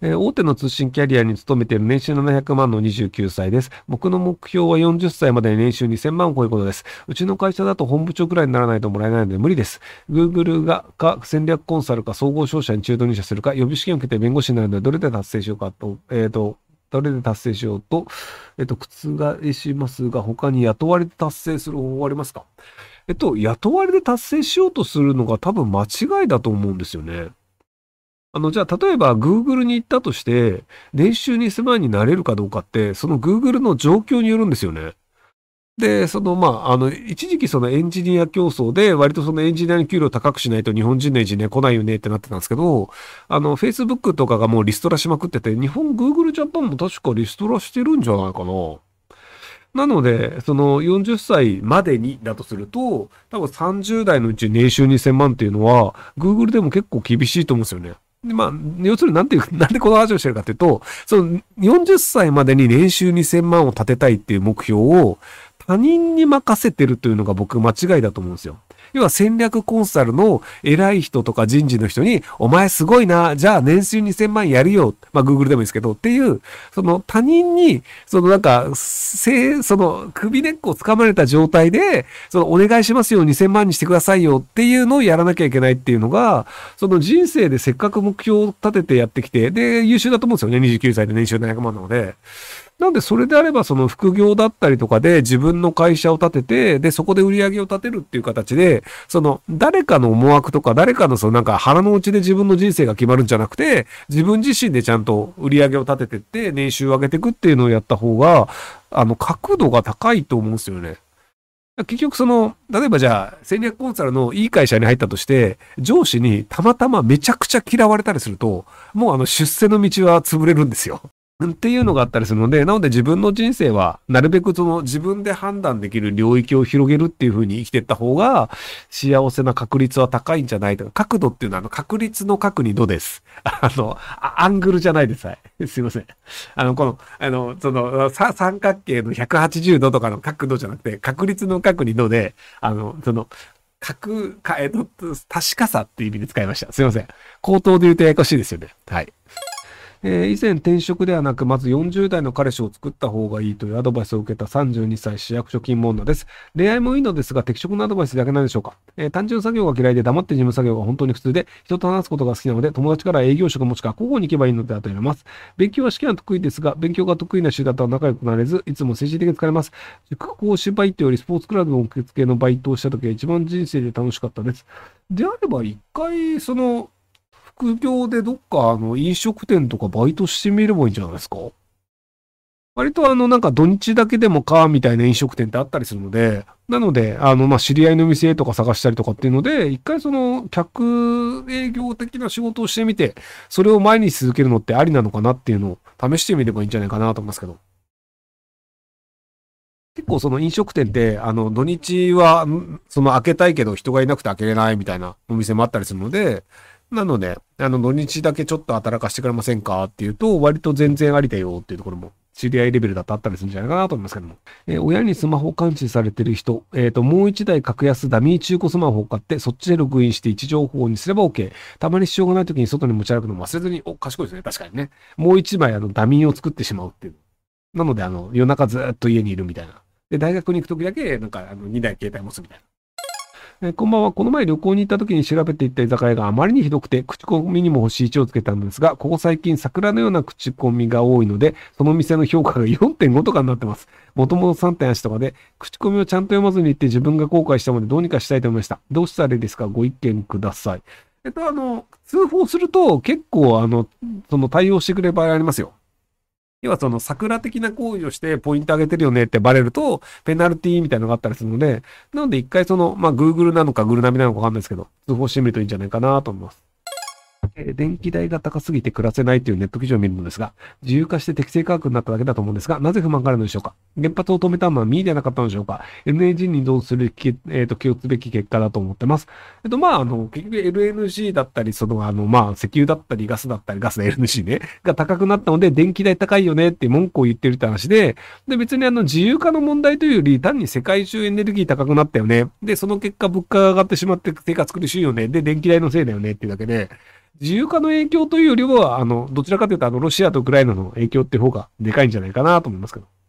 大手の通信キャリアに勤めている年収700万の29歳です。僕の目標は40歳までに年収2000万を超えることです。うちの会社だと本部長くらいにならないともらえないので無理です。Google か戦略コンサルか総合商社に中途入社するか予備試験を受けて弁護士になるのでどれで達成しようかと、どれで達成しようと、覆しますが、他に雇われて達成する方法ありますか？雇われで達成しようとするのが多分間違いだと思うんですよね。じゃあ、例えば Google に行ったとして、年収2000万になれるかどうかって、その Google の状況によるんですよね。で、一時期そのエンジニア競争で、割とそのエンジニアの給料高くしないと日本人のエンジニア来ないよねってなってたんですけど、Facebook とかがもうリストラしまくってて、日本 Google Japan も確かリストラしてるんじゃないかな。なので、その40歳までにだとすると、多分30代のうち年収2000万っていうのは、Google でも結構厳しいと思うんですよね。で、要するになんでこの話をしてるかっていうと、その40歳までに年収2000万を立てたいっていう目標を他人に任せてるというのが僕間違いだと思うんですよ。要は戦略コンサルの偉い人とか人事の人に、お前すごいな、じゃあ年収2000万やるよ。Google でもいいですけど、っていう、その他人に、その首根っこを掴まれた状態で、お願いしますよ、2000万にしてくださいよっていうのをやらなきゃいけないっていうのが、その人生でせっかく目標を立ててやってきて、で、優秀だと思うんですよね。29歳で年収700万なので。なんでそれであればその副業だったりとかで自分の会社を立てて、で、そこで売り上げを立てるっていう形で、誰かの思惑とか誰かの腹の内で自分の人生が決まるんじゃなくて、自分自身でちゃんと売り上げを立ててって年収を上げていくっていうのをやった方が、角度が高いと思うんですよね。結局例えばじゃあ戦略コンサルのいい会社に入ったとして、上司にたまたまめちゃくちゃ嫌われたりすると、もう出世の道は潰れるんですよ。っていうのがあったりするので、なので自分の人生はなるべく自分で判断できる領域を広げるっていう風に生きていった方が幸せな確率は高いんじゃないとか、角度っていうのは確率の角に度です。アングルじゃないです。はい。すいません。三角形の180度とかの角度じゃなくて、確率の角に度で、確かさっていう意味で使いました。すいません。口頭で言うとややこしいですよね。はい。以前転職ではなく、まず40代の彼氏を作った方がいいというアドバイスを受けた32歳市役所勤務女です。恋愛もいいのですが、適職のアドバイスだけないでしょうか。単純作業が嫌いで黙って事務作業が本当に普通で、人と話すことが好きなので、友達から営業職もしくは交互に行けばいいのではと言われます。勉強は試験は得意ですが、勉強が得意な集団とは仲良くなれず、いつも精神的に疲れます。塾講師バイトよりスポーツクラブの受付のバイトをした時が一番人生で楽しかったです。であれば一回、副業でどっか飲食店とかバイトしてみればいいんじゃないですか？割と土日だけでもか、みたいな飲食店ってあったりするので、なので、知り合いの店とか探したりとかっていうので、一回客営業的な仕事をしてみて、それを毎日続けるのってありなのかなっていうのを試してみればいいんじゃないかなと思いますけど。結構飲食店って、土日は、開けたいけど人がいなくて開けれないみたいなお店もあったりするので、なので、土日だけちょっと働かしてくれませんかっていうと、割と全然ありだよっていうところも、知り合いレベルだとあったりするんじゃないかなと思いますけども。親にスマホ監視されてる人、もう一台格安ダミー中古スマホを買って、そっちでログインして位置情報にすれば OK。たまに必要がない時に外に持ち歩くのも忘れずに、賢いですね。確かにね。もう一枚ダミーを作ってしまうっていう。なので、夜中ずっと家にいるみたいな。で、大学に行く時だけ、2台携帯持つみたいな。こんばんは。この前旅行に行った時に調べていった居酒屋があまりにひどくて、口コミにも星1をつけたんですが、ここ最近桜のような口コミが多いので、その店の評価が4.5とかになってます。もともと3.8とかで、口コミをちゃんと読まずに行って自分が後悔したのでどうにかしたいと思いました。どうしたらいいですか？ご意見ください。通報すると結構対応してくれる場合ありますよ。要は桜的な行為をしてポイント上げてるよねってバレると、ペナルティみたいなのがあったりするので、なので一回Google なのか Google ナビなのかわかんないですけど、通報してみるといいんじゃないかなと思います。電気代が高すぎて暮らせないというネット記事を見るのですが、自由化して適正価格になっただけだと思うんですが、なぜ不満があるのでしょうか？原発を止めたのは民意ではなかったのでしょうか？ LNG に移動する気をつべき結果だと思ってます。結局 LNG だったり、石油だったり、ガスで LNG ね、が高くなったので、電気代高いよねって文句を言ってるって話で、別に自由化の問題というより、単に世界中エネルギー高くなったよね。で、その結果物価が上がってしまって生活苦しいよね。で、電気代のせいだよねっていうだけで、 自由化の影響というよりは、どちらかというと、ロシアとウクライナの影響って方がでかいんじゃないかなと思いますけど。